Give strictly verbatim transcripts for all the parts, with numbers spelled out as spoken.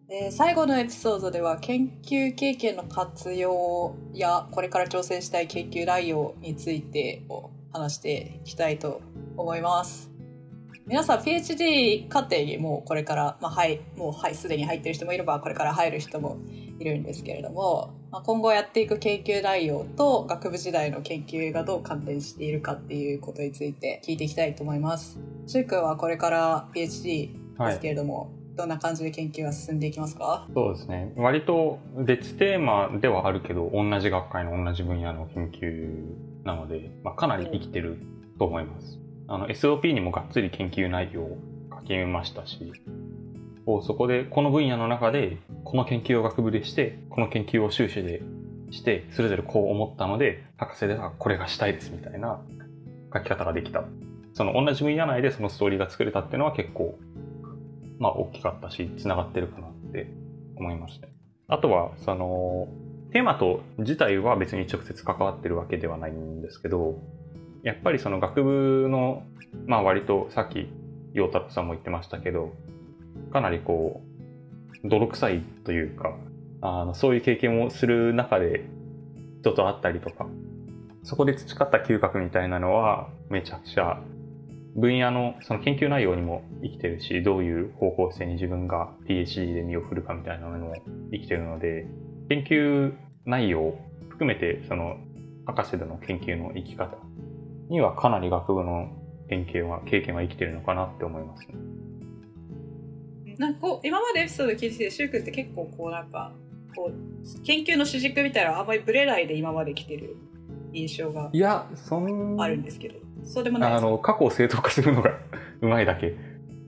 えー、最後のエピソードでは研究経験の活用やこれから挑戦したい研究内容についてを話していきたいと思います。皆さん ピーエイチディー 課程にもうこれから、まあ、はい、もうはいすでに入ってる人もいればこれから入る人もいるんですけれども、まあ、今後やっていく研究内容と学部時代の研究がどう関連しているかっていうことについて聞いていきたいと思います。しゅうくんはこれから ピーエイチディー ですけれども、はい、どんな感じで研究が進んでいきますか？ そうですね。割と別テーマではあるけど、同じ学会の同じ分野の研究なので、まあ、かなり生きてると思います。あの エスオーピー にもがっつり研究内容を書きましたし、そこでこの分野の中でこの研究を学部でして、この研究を修士でして、それぞれこう思ったので、博士ではこれがしたいですみたいな書き方ができた。その同じ分野内でそのストーリーが作れたっていうのは結構まあ大きかったし、繋がってるかなって思いますね。あとは、その、テーマと自体は別に直接関わってるわけではないんですけど、やっぱりその学部の、まあ割とさっき、陽太郎さんも言ってましたけど、かなりこう、泥臭いというか、あのそういう経験をする中で人と会ったりとか、そこで培った嗅覚みたいなのはめちゃくちゃ分野のその研究内容にも生きてるし、どういう方向性に自分が ピーエイチディー で身を振るかみたいなのも生きてるので、研究内容含めてその博士での研究の生き方にはかなり学部の研究は経験は生きてるのかなって思いますね。 なんかこう今までエピソード聞いてて、シュウ君って結構こうなんかこう研究の主軸みたいなのはあんまりブレないで今まで来てる印象がいやそんあるんですけど、そうでもないですか？ あの過去を正当化するのがうまいだけ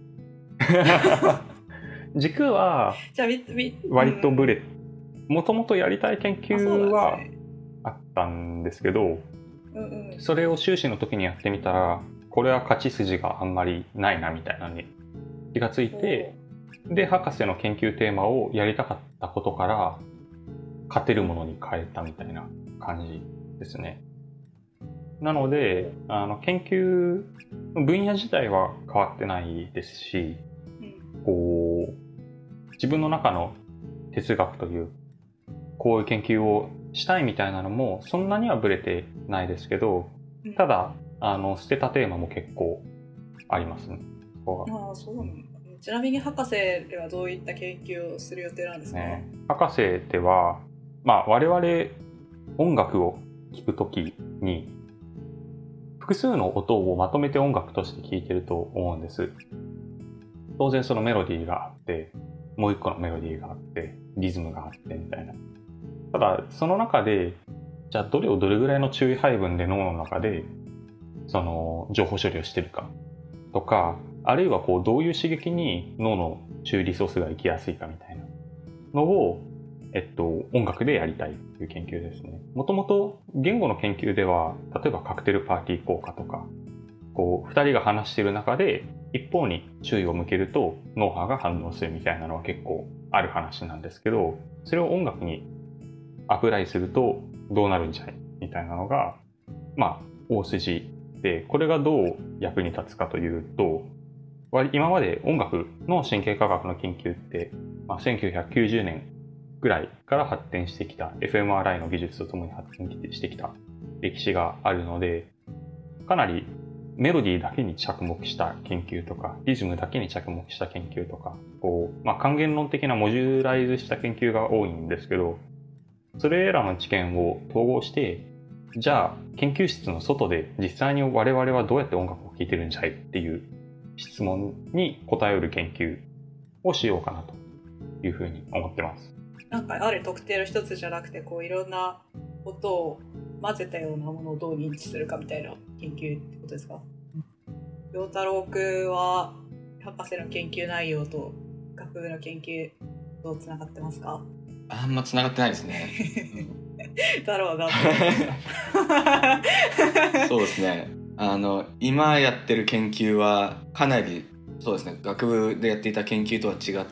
軸は割とブレ、もともとやりたい研究はあったんですけど、うんうん、それを修士の時にやってみたらこれは勝ち筋があんまりないなみたいなのに気がついて、で博士の研究テーマをやりたかったことから勝てるものに変えたみたいな感じですね。なのであの研究分野自体は変わってないですし、こう自分の中の哲学というこういう研究をしたいみたいなのもそんなにはブレてないですけど、ただあの捨てたテーマも結構ありますね。 ああ、そうなんだ。ちなみに博士ではどういった研究をする予定なんですか？ね、 博士では、まあ、我々音楽を聴くときに複数の音をまとめて音楽として聴いてると思うんです。当然そのメロディーがあって、もう一個のメロディーがあって、リズムがあってみたいな。ただその中でじゃあどれをどれぐらいの注意配分で脳の中でその情報処理をしてるかとか、あるいはこうどういう刺激に脳の注意リソースが行きやすいかみたいなのを、えっと、音楽でやりたいという研究ですね。もともと言語の研究では、例えばカクテルパーティー効果とか、こう二人が話している中で一方に注意を向けると脳波が反応するみたいなのは結構ある話なんですけど、それを音楽にアプライするとどうなるんじゃいみたいなのが、まあ大筋で、これがどう役に立つかというと、今まで音楽の神経科学の研究って、まあ、せんきゅうひゃくきゅうじゅうねんぐらいから発展してきた エフエムアールアイ の技術とともに発展してきた歴史があるので、かなりメロディーだけに着目した研究とか、リズムだけに着目した研究とか、こう、まあ、還元論的なモジュライズした研究が多いんですけど、それらの知見を統合して、じゃあ研究室の外で実際に我々はどうやって音楽を聴いてるんじゃいっていう質問に答えうる研究をしようかなというふうに思ってます。 なんかある特定の一つじゃなくて、こういろんな音を混ぜたようなものをどう認知するかみたいな研究ってことですか？陽太郎くんは博士の研究内容と学部の研究どうつながってますか？ あんまつながってないですね。 太郎は頑張ってそうですね。あの今やってる研究はかなりそうですね、学部でやっていた研究とは違って、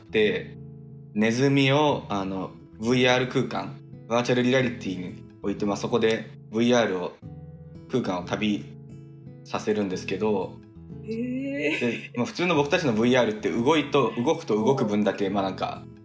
ネズミをあの ブイアール 空間、バーチャルリアリティに置いて、まあ、そこで ブイアール を空間を旅させるんですけど、 へーで、まあ、普通の僕たちの ブイアール って動いと動くと動く分だけ、まあなんか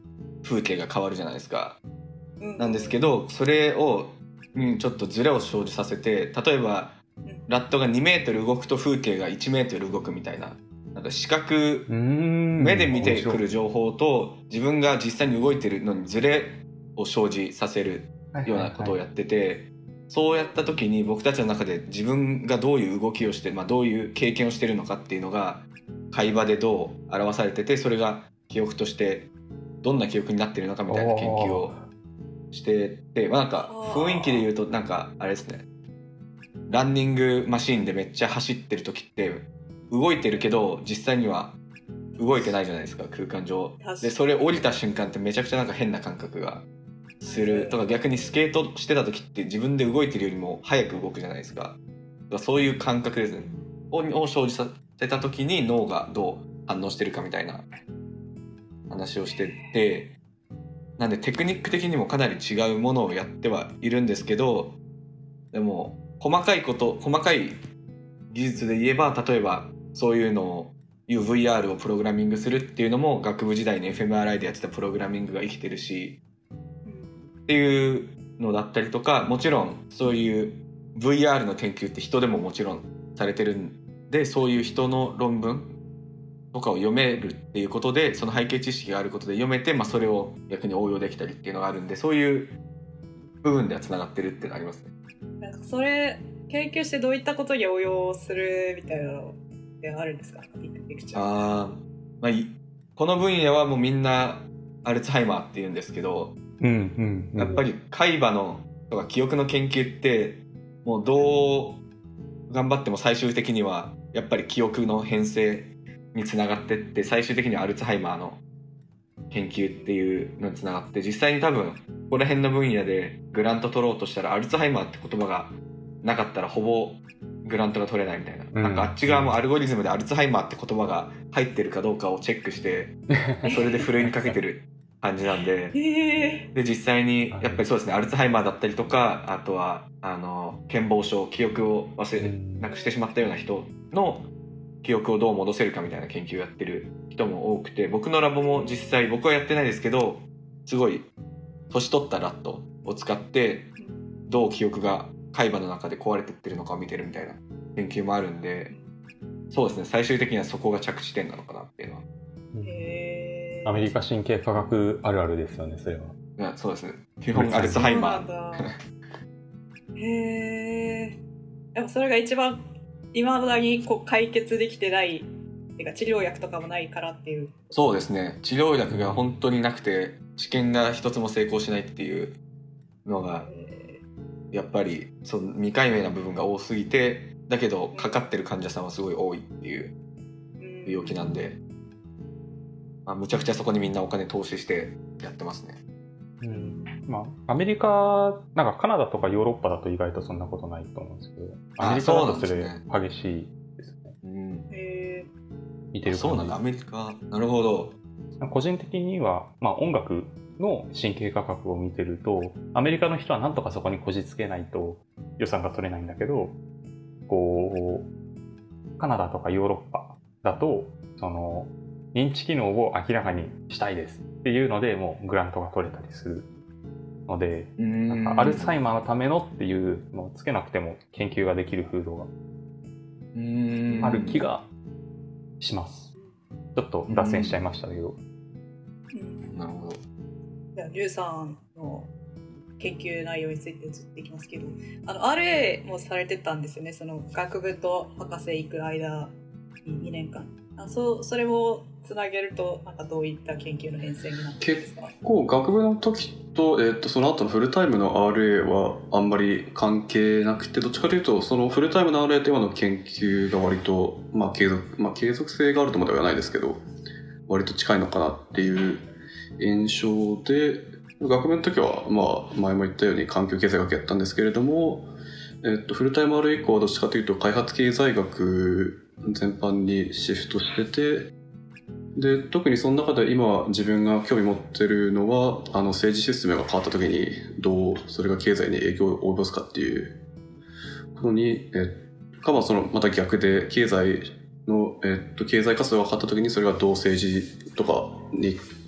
風景が変わるじゃないですか。 うんなんですけどそれを、うん、ちょっとズレを生じさせて、例えばラットがにメートル動くと風景がいちメートル動くみたいな、なんか視覚目で見てくる情報と自分が実際に動いてるのにズレを生じさせるようなことをやってて、はいはいはい、そうやった時に僕たちの中で自分がどういう動きをして、まあ、どういう経験をしてるのかっていうのが会話でどう表されてて、それが記憶としてどんな記憶になってるのかみたいな研究をしてて、まあ、なんか雰囲気で言うとなんかあれですね、ランニングマシーンでめっちゃ走ってる時って動いてるけど実際には動いてないじゃないですか、空間上で。それ降りた瞬間ってめちゃくちゃなんか変な感覚がするとか、逆にスケートしてた時って自分で動いてるよりも早く動くじゃないですか。そういう感覚ですねを生じさせた時に脳がどう反応してるかみたいな話をしてて、なんでテクニック的にもかなり違うものをやってはいるんですけど、でも細かいこと細かい技術で言えば、例えばそういうのをいう ブイアール をプログラミングするっていうのも学部時代に エフエムアールアイ でやってたプログラミングが生きてるしっていうのだったりとか、もちろんそういう ブイアール の研究って人でももちろんされてるんで、そういう人の論文とかを読めるっていうことで、その背景知識があることで読めて、まあ、それを逆に応用できたりっていうのがあるんで、そういう部分ではつながってるっていうのがありますね。 なんかそれ研究してどういったことに応用するみたいなのってあるんですか？ピクチャー。 あ、まあ、この分野はもうみんなアルツハイマーって言うんですけど、 うんうんうん、 やっぱり海馬のとか記憶の研究ってもうどう頑張っても最終的にはやっぱり記憶の変性につながってって、最終的にはアルツハイマーの研究っていうのにつながって、実際に多分ここら辺の分野でグラント取ろうとしたらアルツハイマーって言葉がなかったらほぼグラントが取れないみたいな、うん、なんかあっち側もアルゴリズムでアルツハイマーって言葉が入ってるかどうかをチェックしてそれでふるいにかけてる感じなんでで実際にやっぱりそうですね、アルツハイマーだったりとか、あとはあの健忘症、記憶を忘れなくしてしまったような人の記憶をどう戻せるかみたいな研究をやってる人も多くて、僕のラボも実際僕はやってないですけど、すごい年取ったラットを使ってどう記憶が海馬の中で壊れてってるのかを見てるみたいな研究もあるんで、そうですね、最終的にはそこが着地点なのかなっていうのは。 へーアメリカ神経科学あるあるですよね、それは。 いや、そうですね、基本アルツハイマー。へえ。でもそれが一番今までにこう解決できてないっていうか、治療薬とかもないからっていう。 そうですね、治療薬が本当になくて治験が一つも成功しないっていうのがやっぱりその未解明な部分が多すぎて、だけどかかってる患者さんはすごい多いっていう病気なんで、まあ、むちゃくちゃそこにみんなお金投資してやってますね。 うん、まあ、アメリカなんかカナダとかヨーロッパだと意外とそんなことないと思うんですけど、アメリカだとそれ激しいですね。うん、へー、似てる感じ。 そうなんだ、アメリカ。なるほど。 個人的には、まあ、音楽の神経科学を見てると、アメリカの人はなんとかそこにこじつけないと予算が取れないんだけど、こうカナダとかヨーロッパだとその認知機能を明らかにしたいですっていうのでもうグラントが取れたりするので、なんかアルツハイマーのためのっていうのをつけなくても研究ができる風土がある気がします。ちょっと脱線しちゃいましたけど。 なるほど。 じゃあリュウさんの研究内容について移っていきますけど、あの アールエー もされてたんですよね。その学部と博士行く間ににねんかん。あ、そそれをつなげるとなんかどういった研究の変遷になってるんですか？ 結構学部の時と、えー、とその後のフルタイムの アールエー はあんまり関係なくて、どっちかというとそのフルタイムの アールエー テーマの研究が割と、まあ継続まあ、継続性があるとまではないですけど割と近いのかなっていう印象で、学部の時は、まあ、前も言ったように環境経済学やったんですけれども、えっと、フルタイム アールエー 以降はどっちかというと開発経済学全般にシフトしてて、で特にその中で今自分が興味持ってるのはあの政治システムが変わった時にどうそれが経済に影響を及ぼすかっていうことに、えかまあそのまた逆で経済の、えっと、経済活動が変わった時にそれがどう政治とかに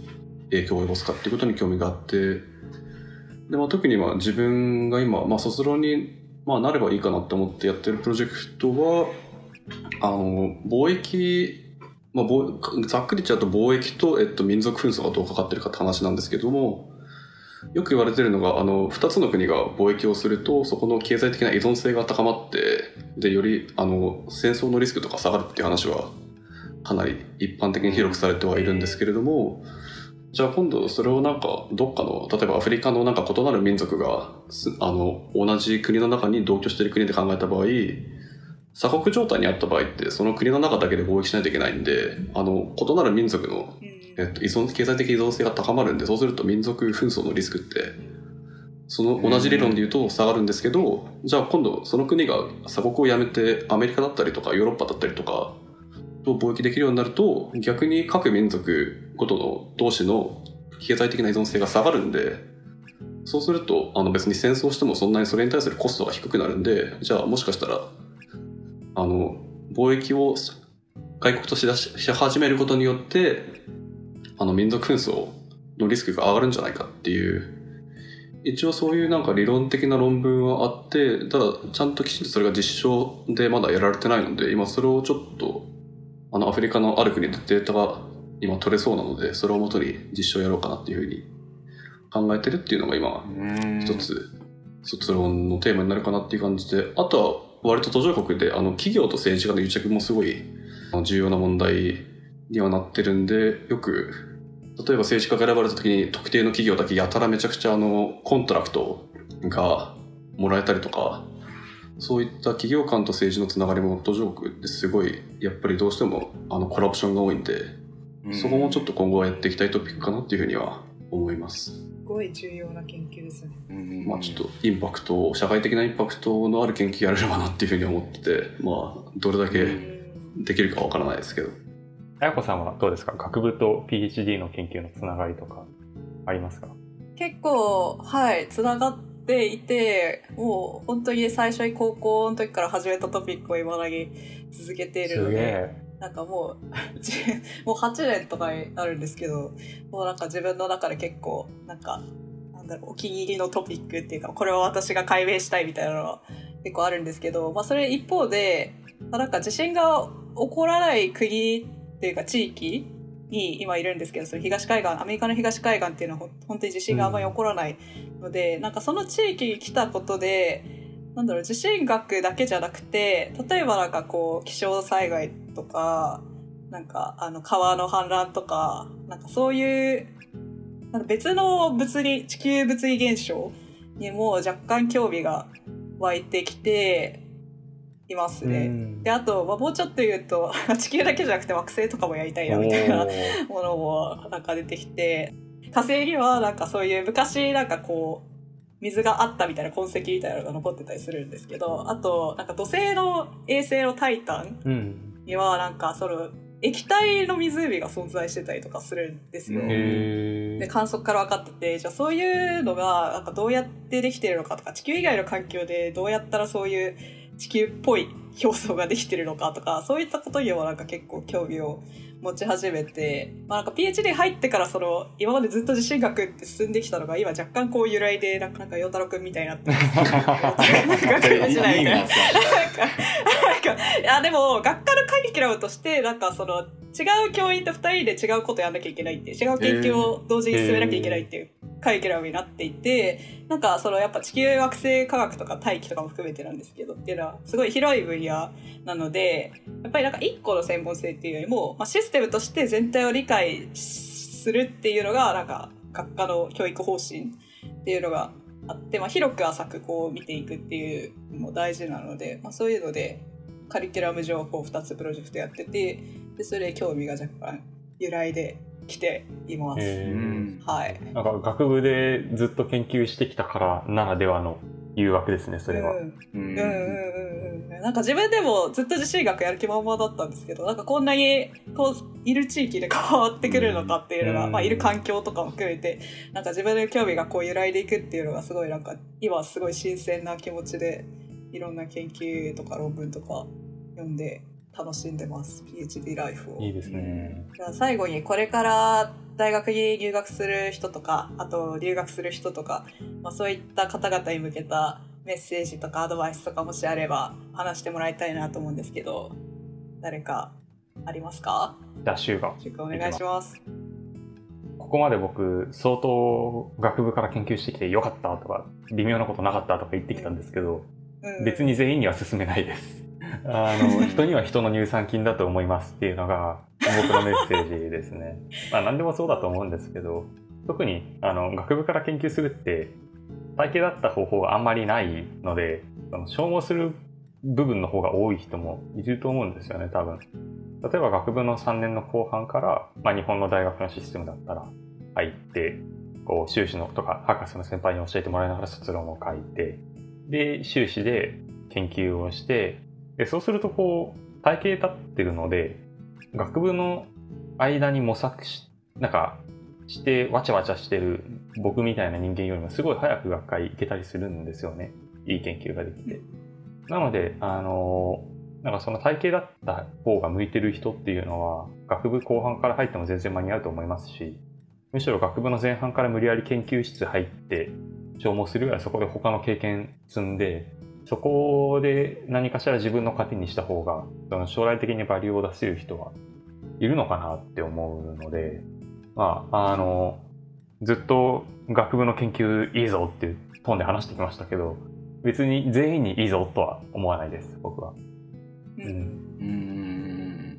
影響を及ぼすかっていうことに興味があって、で、まあ、特にまあ自分が今、まあ、卒論にまあなればいいかなって思ってやってるプロジェクトは、あの貿易、まあ、ざっくり言っちゃうと貿易と、えっと、民族紛争がどうかかってるかって話なんですけども、よく言われてるのが、あのふたつの国が貿易をするとそこの経済的な依存性が高まって、でよりあの戦争のリスクとか下がるっていう話はかなり一般的に広くされてはいるんですけれども、じゃあ今度それをなんかどっかの例えばアフリカのなんか異なる民族があの同じ国の中に同居している国で考えた場合、鎖国状態にあった場合ってその国の中だけで貿易しないといけないんで、あの異なる民族の、えっと、依存経済的依存性が高まるんで、そうすると民族紛争のリスクってその同じ理論で言うと下がるんですけど、じゃあ今度その国が鎖国をやめてアメリカだったりとかヨーロッパだったりとかと貿易できるようになると、逆に各民族ごとの同士の経済的な依存性が下がるんで、そうするとあの別に戦争してもそんなにそれに対するコストが低くなるんで、じゃあもしかしたらあの貿易を外国としし始めることによってあの民族紛争のリスクが上がるんじゃないかっていう、一応そういうなんか理論的な論文はあって、ただちゃんときちんとそれが実証でまだやられてないので、今それをちょっとあのアフリカのある国でデータが今取れそうなので、それをもとに実証やろうかなっていうふうに考えてるっていうのが今一つ卒論のテーマになるかなっていう感じで、あとは割と途上国であの企業と政治家の癒着もすごい重要な問題にはなってるんで、よく例えば政治家が選ばれた時に特定の企業だけやたらめちゃくちゃあのコントラクトがもらえたりとか、そういった企業間と政治のつながりも途上国ってすごいやっぱりどうしてもあのコラプションが多いんで、うん、そこもちょっと今後はやっていきたいトピックかなっていうふうには思います。 すごい重要な研究ですね。 うん、まあちょっとインパクト、社会的なインパクトのある研究やれればなっていうふうに思ってて、まあどれだけできるかわからないですけど。 あやこさんはどうですか？学部と ピーエイチディー の研究のつながりとかありますか？ 結構はいつながっていて、もう本当に最初に高校の時から始めたトピックを今だに続けているので、なんかもうもうはちねんとかになるんですけど、もうなんか自分の中で結構なんかなんだろう、お気に入りのトピックっていうか、これは私が解明したいみたいなのは結構あるんですけど、まあそれ一方で、まあ、なんか地震が起こらない国っていうか地域に今いるんですけど、それ東海岸、アメリカの東海岸っていうのは本当に地震があんまり起こらないので、うん、なんかその地域に来たことで、なんだろう、地震学だけじゃなくて、例えばなんかこう気象災害とか、なんかあの川の氾濫とか、なんかそういうなんか別の物理、地球物理現象にも若干興味が湧いてきていますね。で、あと、まあ、もうちょっと言うと、地球だけじゃなくて惑星とかもやりたいなみたいなものもなんか出てきて、火星にはなんかそういう昔なんかこう、水があったみたいな痕跡みたいなのが残ってたりするんですけど、あと、なんか土星の衛星のタイタンにはなんかその液体の湖が存在してたりとかするんですよ。で、観測から分かってて、じゃあそういうのがなんかどうやってできてるのかとか、地球以外の環境でどうやったらそういう地球っぽい表層ができてるのかとか、そういったことにもなんか結構興味を持ち始めて、まあ、なんか ピーエイチディー 入ってからその今までずっと地震学って進んできたのが今若干こう由来でなんか陽太郎くんみたいになってます。学部時代みたいな。なんかいやでも学科のカリキュラムとしてなんかその違う教員とふたりで違うことやんなきゃいけないって、違う研究を同時に進めなきゃいけないっていうカリキュラムになっていて、なんかそのやっぱ地球惑星科学とか大気とかも含めてなんですけどっていうのはすごい広い分野なので、やっぱりなんか一個の専門性っていうよりも、まあ、システムとして全体を理解するっていうのがなんか学科の教育方針っていうのがあって、まあ、広く浅くこう見ていくっていうのも大事なので、まあ、そういうのでカリキュラム上こうふたつプロジェクトやってて、でそれで興味が若干由来で来ています。はい。 なんか学部でずっと研究してきたからならではの誘惑ですね、それは。うんうんうんうん。なんか自分でもずっと地震学やる気満々だったんですけど、なんかこんなにこういる地域で変わってくるのかっていうのが、うん、まあいる環境とかも含めて、なんか自分の興味がこう由来でいくっていうのがすごいなんか今すごい新鮮な気持ちでいろんな研究とか論文とか読んで楽しんでます、 ピーエイチディー ライフを。 いいですね。 最後にこれから大学に入学する人とか、あと留学する人とか、まあ、そういった方々に向けたメッセージとかアドバイスとかもしあれば話してもらいたいなと思うんですけど、誰かありますか？ じゃあ、シュウが。 シュウ君お願いします。 ここまで僕、相当学部から研究してきてよかったとか、微妙なことなかったとか言ってきたんですけど、 うん、 別に全員には進めないです。あの、人には人の乳酸菌だと思いますっていうのが僕のメッセージですね。まあ何でもそうだと思うんですけど、特にあの学部から研究するって体系だった方法があんまりないので、その消耗する部分の方が多い人もいると思うんですよね、多分。例えば学部のさんねんの後半から、まあ、日本の大学のシステムだったら入って、こう修士のとか博士の先輩に教えてもらいながら卒論を書いて、で、修士で研究をして、でそうするとこう体系立ってるので、学部の間に模索し、なんかしてわちゃわちゃしてる僕みたいな人間よりもすごい早く学会行けたりするんですよね。いい研究ができて。なので、あの、なんかその体系だった方が向いてる人っていうのは、学部後半から入っても全然間に合うと思いますし、むしろ学部の前半から無理やり研究室入って消耗するぐらいそこで他の経験積んで、そこで何かしら自分の糧にした方が、その将来的にバリューを出せる人はいるのかなって思うので、まあ、あの、ずっと学部の研究いいぞっていうトーンで話してきましたけど、別に全員にいいぞとは思わないです、僕は。 うん。 うん。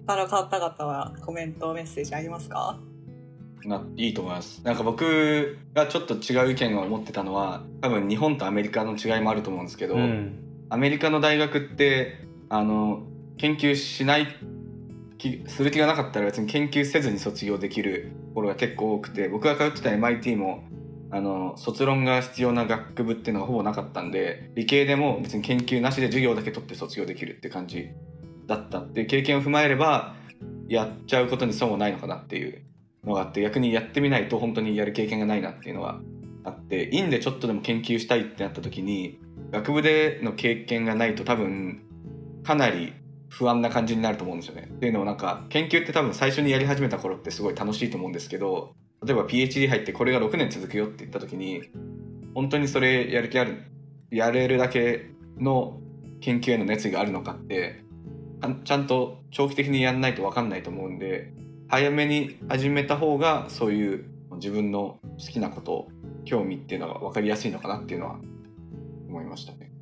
他の方々はコメント、メッセージありますか？ いいと思います。なんか僕がちょっと違う意見を持ってたのは、多分日本とアメリカの違いもあると思うんですけど、うん、アメリカの大学ってあの研究しないする気がなかったら別に研究せずに卒業できるところが結構多くて、僕が通ってた エムアイティー もあの卒論が必要な学部っていうのがほぼなかったんで、理系でも別に研究なしで授業だけ取って卒業できるって感じだったっていう経験を踏まえれば、やっちゃうことに損はないのかなっていうのがあって、逆にやってみないと本当にやる経験がないなっていうのがあって、院でちょっとでも研究したいってなった時に学部での経験がないと多分かなり不安な感じになると思うんですよね。っていうのもなんか研究って多分最初にやり始めた頃ってすごい楽しいと思うんですけど、例えば ピーエイチディー 入ってこれがろくねん続くよって言った時に、本当にそれやる気ある、やれるだけの研究への熱意があるのかってちゃんと長期的にやんないと分かんないと思うんで、早めに始めた方がそういう自分の好きなこと、興味っていうのが分かりやすいのかなっていうのは思いましたね。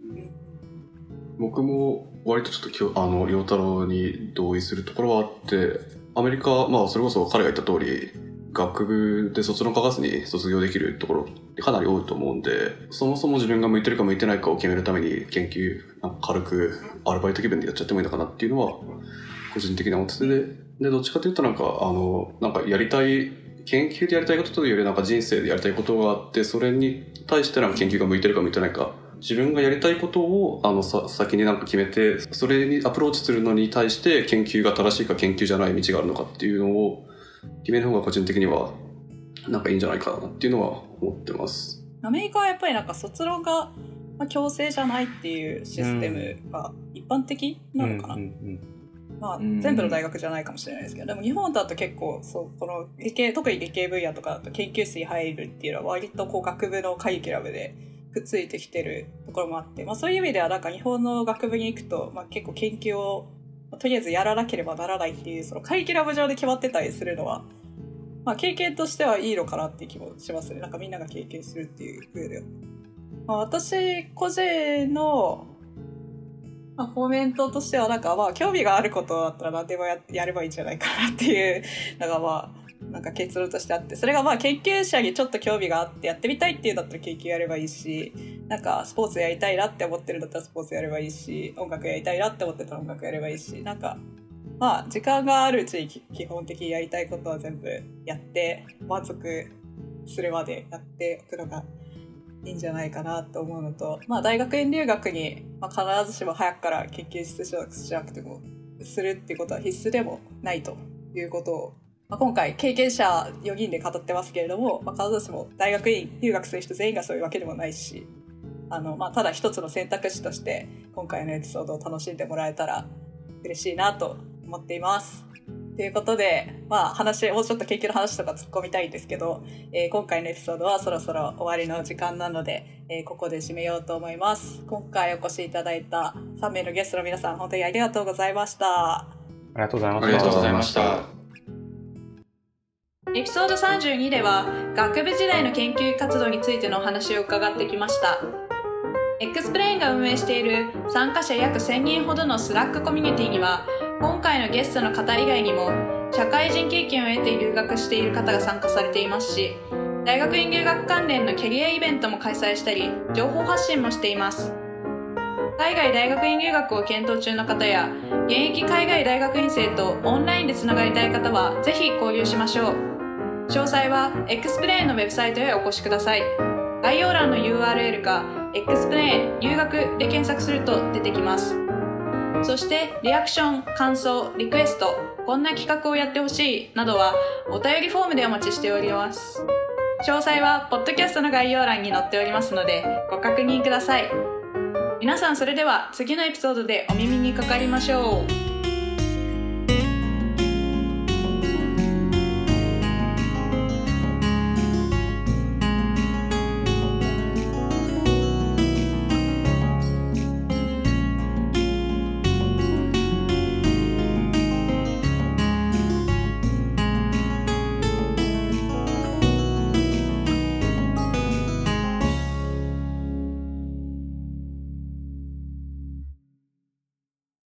僕も割とちょっときょあの陽太郎に同意するところはあって、アメリカ、まあそれこそ彼が言った通り学部で卒論書かずに卒業できるところってかなり多いと思うんで、そもそも自分が向いてるか向いてないかを決めるために研究なんか軽くアルバイト気分でやっちゃってもいいのかなっていうのは個人的に思ってて、で、でどっちかというとなんかあのなんかやりたい研究でやりたいことというよりなんか人生でやりたいことがあって、それに対してなんか研究が向いてるか向いてないか、自分がやりたいことをあのさ先になんか決めて、それにアプローチするのに対して研究が正しいか研究じゃない道があるのかっていうのを決める方が個人的にはなんかいいんじゃないかなっていうのは思ってます。 アメリカはやっぱりなんか卒論が強制じゃないっていうシステムが一般的なのかな、うんうんうんまあ、全部の大学じゃないかもしれないですけど、でも日本だと結構そうこの理系、特に理系分野とかだと研究室に入るっていうのは割とこう学部のカリキュラムでくっついてきてるところもあって、まあ、そういう意味ではなんか日本の学部に行くと、まあ、結構研究をとりあえずやらなければならないっていうそのカリキュラム上で決まってたりするのは、まあ、経験としてはいいのかなっていう気もしますね。なんかみんなが経験するっていう上では、まあ、私個人の、まあ、コメントとしてはなんかまあ興味があることだったら何でも や, やればいいんじゃないかなっていうのがまあなんか結論としてあって、それがまあ研究者にちょっと興味があってやってみたいっていうんだったら研究やればいいし、なんかスポーツやりたいなって思ってるんだったらスポーツやればいいし、音楽やりたいなって思ってたら音楽やればいいし、なんかまあ時間があるうちに基本的にやりたいことは全部やって満足するまでやっておくのがいいんじゃないかなと思うのと、まあ大学院留学に、まあ、必ずしも早くから研究室所属しなくてもするっていうことは必須でもないということを、まあ、今回経験者よにんで語ってますけれども、まあ、必ずしも大学院留学する人全員がそういうわけでもないし、あの、まあ、ただ一つの選択肢として今回のエピソードを楽しんでもらえたら嬉しいなと思っています。 ということで、まあ話、もうちょっと研究の話とか突っ込みたいんですけど、えー今回のエピソードはそろそろ終わりの時間なので、えーここで締めようと思います。今回お越しいただいたさん名のゲストの皆さん、本当にありがとうございました。 ありがとうございました。 ありがとうございました。 エピソードさんじゅうにでは学部時代の研究活動についてのお話を伺ってきました。エクスプレインが運営している参加者約せんにんほどのスラックコミュニティには、今回のゲストの方以外にも社会人経験を得て留学している方が参加されていますし、大学院留学関連のキャリアイベントも開催したり、情報発信もしています。海外大学院留学を検討中の方や現役海外大学院生とオンラインでつながりたい方はぜひ交流しましょう。詳細はエクスプレインのウェブサイトへお越しください。概要欄の ユーアールエル かエクスプレイン留学で検索すると出てきます。そしてリアクション、感想、リクエスト、こんな企画をやってほしいなどはお便りフォームでお待ちしております。詳細はポッドキャストの概要欄に載っておりますのでご確認ください。皆さん、それでは次のエピソードでお耳にかかりましょう。